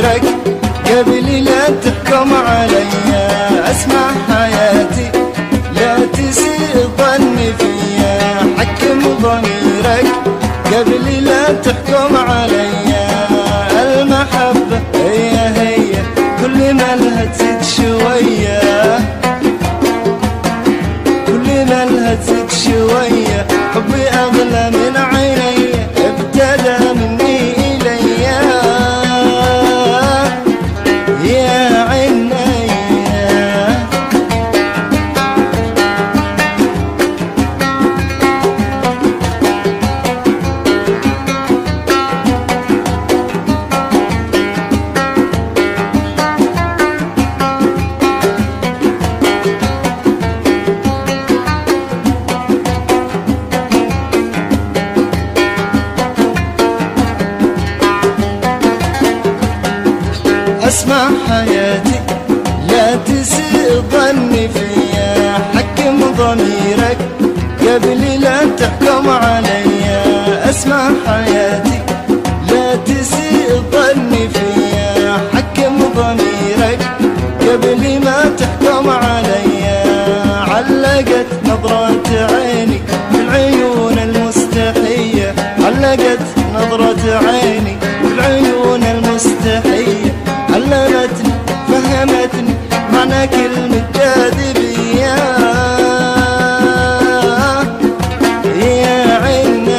ضميرك قبل لا تحكم علي. اسمع حياتي لا تسيء ظني فيا، حكم ضميرك قبل لا تحكم علي. المحبة هي كل ما لها تزيد شوية، كل ما لها تزيد شوية. حبي أغلى من عيني ابتدى مني إليا يا عيني. اسمع حياتي لا تسيء ظني فيا، حكم ضميرك قبل لا تحكم علي. اسمع حياتي لا تسيء ظني فيا، حكم ضميرك قبل ما تحكم علي. علقت نظرة عيني بالعيون المستحية، علقت نظرة عيني بالعيون المستحية. علمتني فهمتني معنى كلمة جاذبية يا عيني.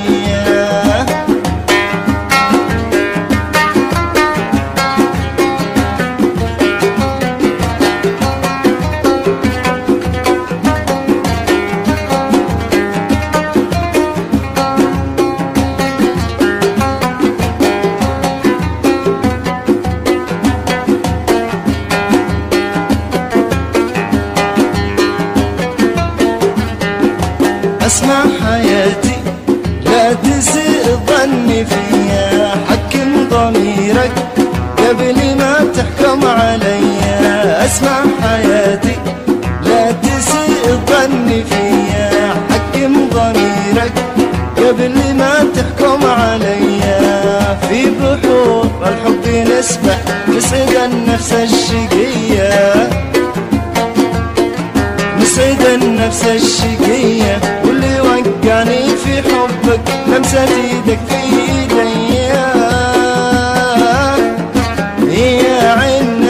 اسمع حياتي لا تسيء ظني فيا، حكم ضميرك قبل ما تحكم علي. اسمع حياتي لا تسيء ظني فيا، حكم ضميرك قبل ما تحكم علي. في بحور الحب نسبح نسعد النفس الشقية، نسعد النفس الشقية. واللي وقعني في حبك لمسة ايدك في ايدي يا عيني.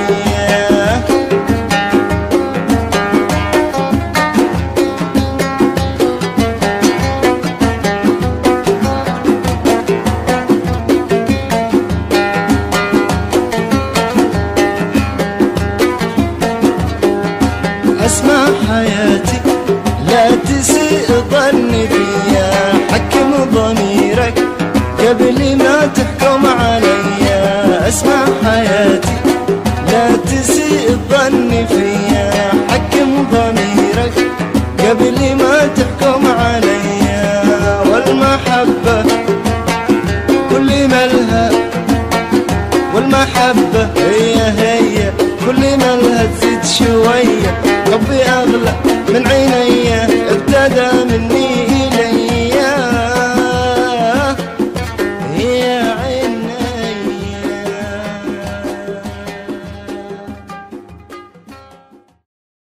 اسمع حياتي لا تسيء ظني فيا، حكم ضميرك قبل ما تحكم علي. اسمع حياتي لا تسيء ظني فيا، حكم ضميرك قبل ما تحكم علي. والمحبة كل ما لها، والمحبة هي كل ما لها تزيد شوية. حبي أغلى من عيني